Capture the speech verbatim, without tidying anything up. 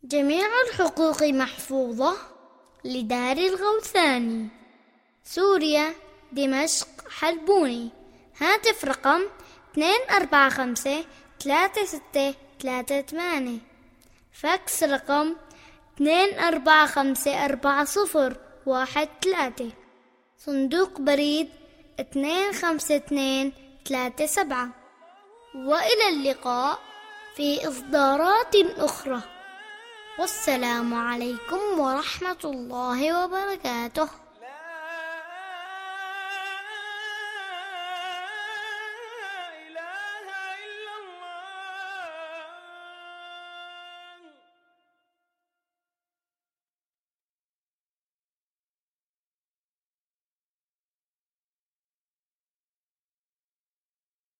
جميع الحقوق محفوظة لدار الغوثاني، سوريا، دمشق، حلبوني. هاتف رقم اثنين أربعة خمسة ثلاثة ستة ثلاثة ثمانية. فاكس رقم اثنين أربعة خمسة أربعة صفر واحد ثلاثة. صندوق بريد اثنين خمسة اثنين ثلاثة سبعة. وإلى اللقاء في إصدارات أخرى، والسلام عليكم ورحمة الله وبركاته.